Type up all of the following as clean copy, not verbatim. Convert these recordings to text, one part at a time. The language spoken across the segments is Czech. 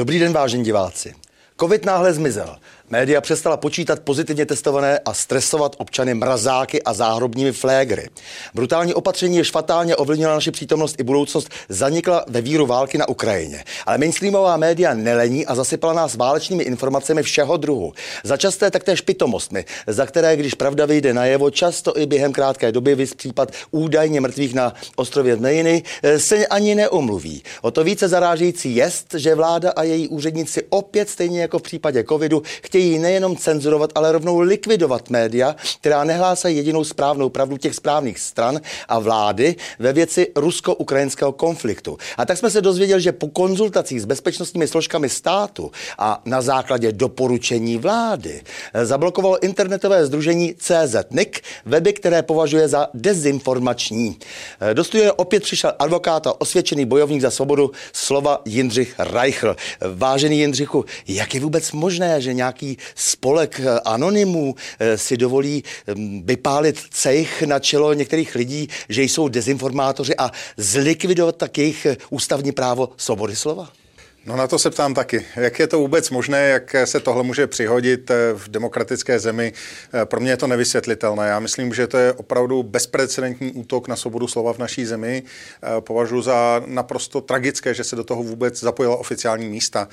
Dobrý den, vážení diváci. Covid náhle zmizel. Média přestala počítat pozitivně testované a stresovat občany mrazáky a záhrobními flégry. Brutální opatření, jež fatálně ovlivnila naši přítomnost i budoucnost, zanikla ve víru války na Ukrajině. Ale mainstreamová média nelení a zasypala nás válečnými informacemi všeho druhu. Začasté taktéž pitomostmi, za které, když pravda vyjde najevo, často i během krátké doby, viz případ údajně mrtvých na ostrově Znojiny, se ani neomluví. O to více zarážející jest, že vláda a její úředníci opět stejně jako v případě covidu chtějí nejenom cenzurovat, ale rovnou likvidovat média, která nehlásají jedinou správnou pravdu těch správných stran a vlády ve věci rusko-ukrajinského konfliktu. A tak jsme se dozvěděli, že po konzultacích s bezpečnostními složkami státu a na základě doporučení vlády zablokovalo internetové sdružení CZ.NIC weby, které považuje za dezinformační. Do studia opět přišel advokát a osvědčený bojovník za svobodu slova Jindřich Reichl. Vážený Jindřichu, jak je vůbec možné, že nějaký spolek anonymů si dovolí vypálit cejch na čelo některých lidí, že jsou dezinformátoři a zlikvidovat tak jejich ústavní právo svobody slova? No na to se ptám taky. Jak je to vůbec možné, jak se tohle může přihodit v demokratické zemi? Pro mě je to nevysvětlitelné. Já myslím, že to je opravdu bezprecedentní útok na svobodu slova v naší zemi. Považuji za naprosto tragické, že se do toho vůbec zapojila oficiální místa.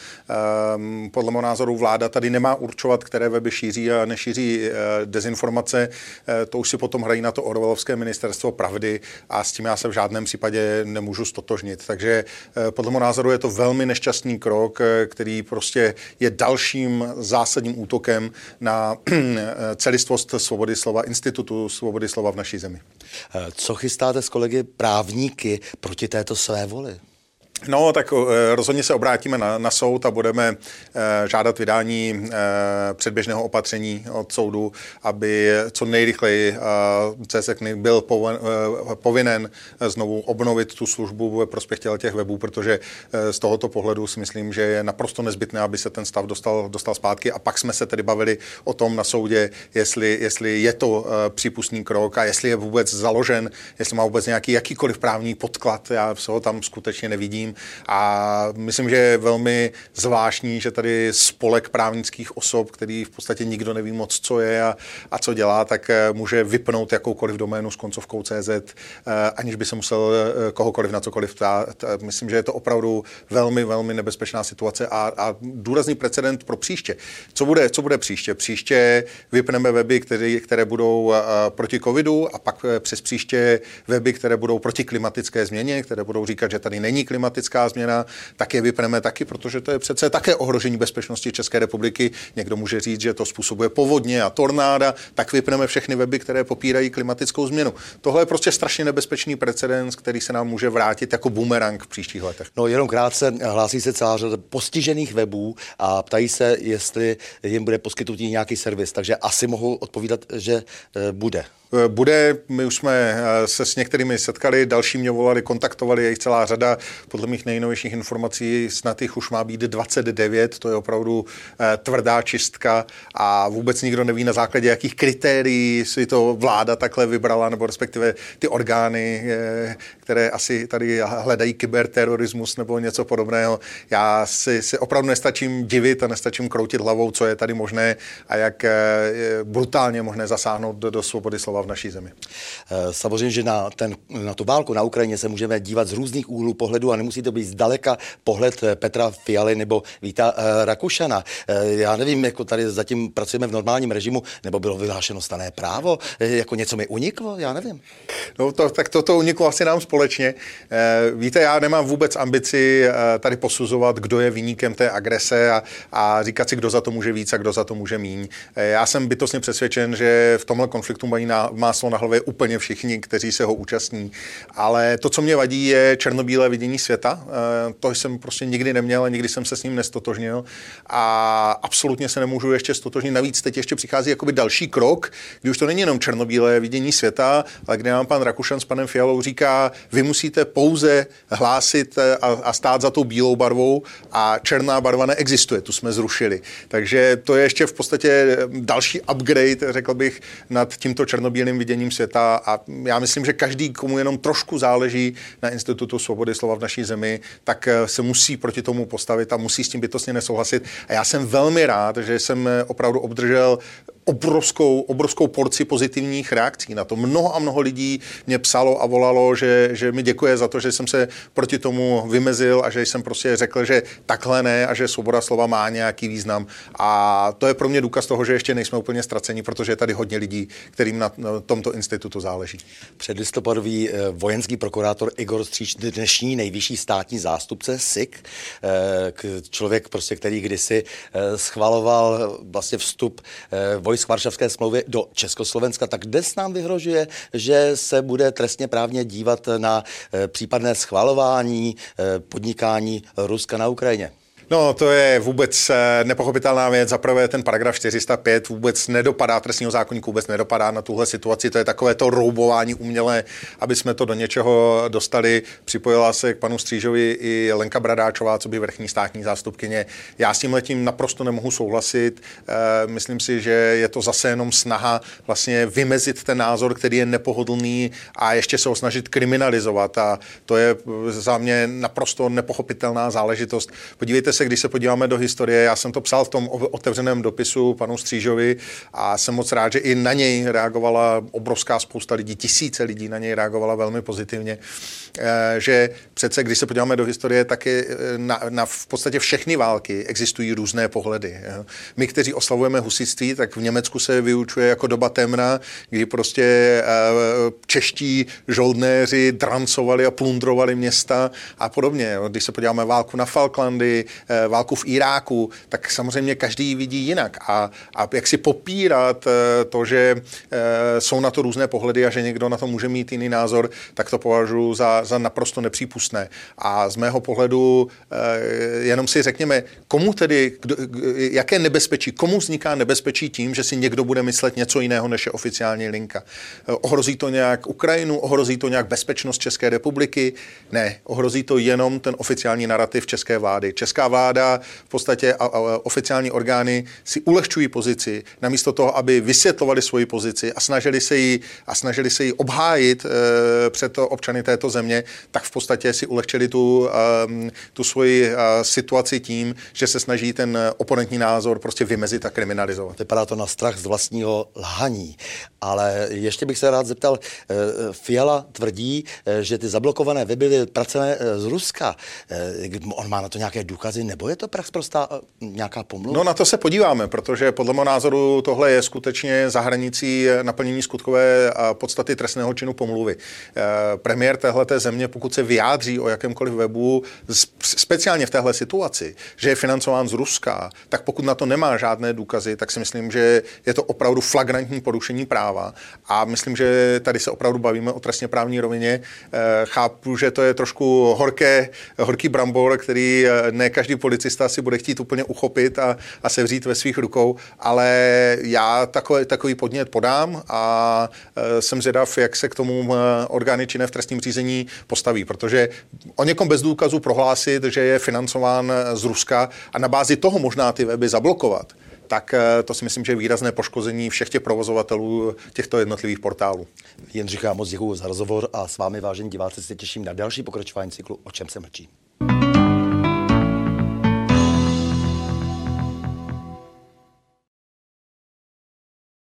Podle mého názoru vláda tady nemá určovat, které weby šíří a nešíří dezinformace. To už si potom hrají na to orwellovské ministerstvo pravdy a s tím já se v žádném případě nemůžu stotožnit. Takže podle mého názoru je to velmi nešťastný krok, který prostě je dalším zásadním útokem na celistvost svobody slova, institutu svobody slova v naší zemi. Co chystáte s kolegy právníky proti této své voli? No, tak rozhodně se obrátíme na soud a budeme žádat vydání předběžného opatření od soudu, aby co nejrychleji CZ.NIC byl povinen znovu obnovit tu službu ve prospěch těch webů, protože z tohoto pohledu si myslím, že je naprosto nezbytné, aby se ten stav dostal zpátky. A pak jsme se tedy bavili o tom na soudě, jestli je to přípustný krok a jestli je vůbec založen, jestli má vůbec nějaký jakýkoliv právní podklad. Já se ho tam skutečně nevidím. A myslím, že je velmi zvláštní, že tady spolek právnických osob, který v podstatě nikdo neví moc, co je a co dělá, tak může vypnout jakoukoliv doménu s koncovkou CZ, aniž by se musel kohokoliv na cokoliv ptát. Myslím, že je to opravdu velmi, velmi nebezpečná situace a důrazný precedent pro příště. Co bude příště? Příště vypneme weby, které budou proti covidu a pak přes příště weby, které budou proti klimatické změně, které budou říkat, že tady není klimatická změna, tak je vypneme taky, protože to je přece také ohrožení bezpečnosti České republiky. Někdo může říct, že to způsobuje povodně a tornáda, tak vypneme všechny weby, které popírají klimatickou změnu. Tohle je prostě strašně nebezpečný precedens, který se nám může vrátit jako bumerang v příštích letech. No jenom krátce, hlásí se celá řada postižených webů a ptají se, jestli jim bude poskytnutý nějaký servis, takže asi mohu odpovídat, že bude. Bude, my už jsme se s některými setkali, další mě volali, kontaktovali, je jich celá řada. Podle mých nejnovějších informací snad jich už má být 29, to je opravdu tvrdá čistka a vůbec nikdo neví, na základě jakých kritérií si to vláda takhle vybrala, nebo respektive ty orgány, které asi tady hledají kyberterorismus nebo něco podobného. Já si opravdu nestačím divit a nestačím kroutit hlavou, co je tady možné a jak brutálně možné zasáhnout do svobody slova v naší zemi. Samozřejmě, že na tu válku na Ukrajině se můžeme dívat z různých úhlů pohledu a nemusí to být zdaleka pohled Petra Fialy nebo Víta Rakušana. Já nevím, jako tady zatím pracujeme v normálním režimu, nebo bylo vyhlášeno stanné právo, jako něco mi uniklo, já nevím. No tak toto uniklo asi nám společně. Víte, já nemám vůbec ambici tady posuzovat, kdo je viníkem té agrese a říkat si, kdo za to může víc a kdo za to může míň. Já jsem bytostně přesvědčen, že v tomhle konfliktu mají máslo na hlavě úplně všichni, kteří se ho účastní. Ale to, co mě vadí, je černobílé vidění světa. To jsem prostě nikdy neměl a nikdy jsem se s ním nestotožnil. A absolutně se nemůžu ještě stotožnit. Navíc teď ještě přichází jakoby další krok, kdy už to není jenom černobílé vidění světa, ale kdy nám pan Rakušan s panem Fialou říká, vy musíte pouze hlásit a stát za tou bílou barvou a černá barva neexistuje, tu jsme zrušili. Takže to je ještě v podstatě další upgrade, řekl bych, nad tímto černobílým viděním světa a já myslím, že každý, komu jenom trošku záleží na institutu svobody slova v naší zemi, tak se musí proti tomu postavit a musí s tím bytostně nesouhlasit. A já jsem velmi rád, že jsem opravdu obdržel obrovskou porci pozitivních reakcí na to. Mnoho a mnoho lidí mě psalo a volalo, že mi děkuje za to, že jsem se proti tomu vymezil a že jsem prostě řekl, že takhle ne a že svoboda slova má nějaký význam. A to je pro mě důkaz toho, že ještě nejsme úplně ztraceni, protože je tady hodně lidí, kterým na tomto institutu záleží. Předlistopadový vojenský prokurátor Igor Stříč, dnešní nejvyšší státní zástupce SIK, člověk prostě, který kdysi schvaloval vlastně vstup vojsk Varšavské smlouvy do Československa, tak dnes nám vyhrožuje, že se bude trestně právně dívat na případné schvalování podnikání Ruska na Ukrajině. No, to je vůbec nepochopitelná věc. Za prvé ten paragraf 405 vůbec nedopadá, trestního zákoníku vůbec nedopadá na tuhle situaci. To je takové to roubování umělé, aby jsme to do něčeho dostali. Připojila se k panu Střížovi i Lenka Bradáčová, co by vrchní státní zástupkyně. Já s tímhletím naprosto nemohu souhlasit. Myslím si, že je to zase jenom snaha vlastně vymezit ten názor, který je nepohodlný a ještě se ho snažit kriminalizovat. A to je za mě naprosto nepochopitelná záležitost. Podívejte se, když se podíváme do historie, já jsem to psal v tom otevřeném dopisu panu Střížovi a jsem moc rád, že i na něj reagovala obrovská spousta lidí, tisíce lidí na něj reagovala velmi pozitivně, že přece, když se podíváme do historie, tak na v podstatě všechny války existují různé pohledy. My, kteří oslavujeme husitství, tak v Německu se vyučuje jako doba temna, kdy prostě čeští žoldnéři drancovali a plundrovali města a podobně. Když se podíváme válku na Falklandy, válku v Iráku, tak samozřejmě každý vidí jinak. A jak si popírat to, že jsou na to různé pohledy a že někdo na to může mít jiný názor, tak to považuji za naprosto nepřípustné. A z mého pohledu jenom si řekněme, komu tedy, jaké nebezpečí, komu vzniká nebezpečí tím, že si někdo bude myslet něco jiného, než je oficiální linka. Ohrozí to nějak Ukrajinu, ohrozí to nějak bezpečnost České republiky? Ne, ohrozí to jenom ten oficiální narrativ české vlády. Česká vláda v podstatě a oficiální orgány si ulehčují pozici, namísto toho, aby vysvětlovali svoji pozici a snažili se ji obhájit před občany této země, tak v podstatě si ulehčili tu svoji situaci tím, že se snaží ten oponentní názor prostě vymezit a kriminalizovat. Vypadá to na strach z vlastního lhaní, ale ještě bych se rád zeptal, Fiala tvrdí, že ty zablokované weby byly pracené z Ruska. On má na to nějaké důkazy, nebo je to prostá nějaká pomluva? No na to se podíváme, protože podle mého názoru tohle je skutečně za hranicí naplnění skutkové podstaty trestného činu pomluvy. Premiér téhleté země, pokud se vyjádří o jakémkoliv webu, speciálně v téhle situaci, že je financován z Ruska, tak pokud na to nemá žádné důkazy, tak si myslím, že je to opravdu flagrantní porušení práva a myslím, že tady se opravdu bavíme o trestně právní rovině. Chápu, že to je trošku horký brambor, který ne každý policista si bude chtít úplně uchopit a sevřít ve svých rukou, ale já takový podnět podám a jsem zvědav, jak se k tomu orgány činné v trestním řízení postaví, protože o někom bez důkazu prohlásit, že je financován z Ruska a na bázi toho možná ty weby zablokovat, tak to si myslím, že je výrazné poškození všech těch provozovatelů těchto jednotlivých portálů. Jindřicha, moc děkuju za rozhovor a s vámi, vážení diváci, se těším na další pokračování cyklu O čem se mlčí.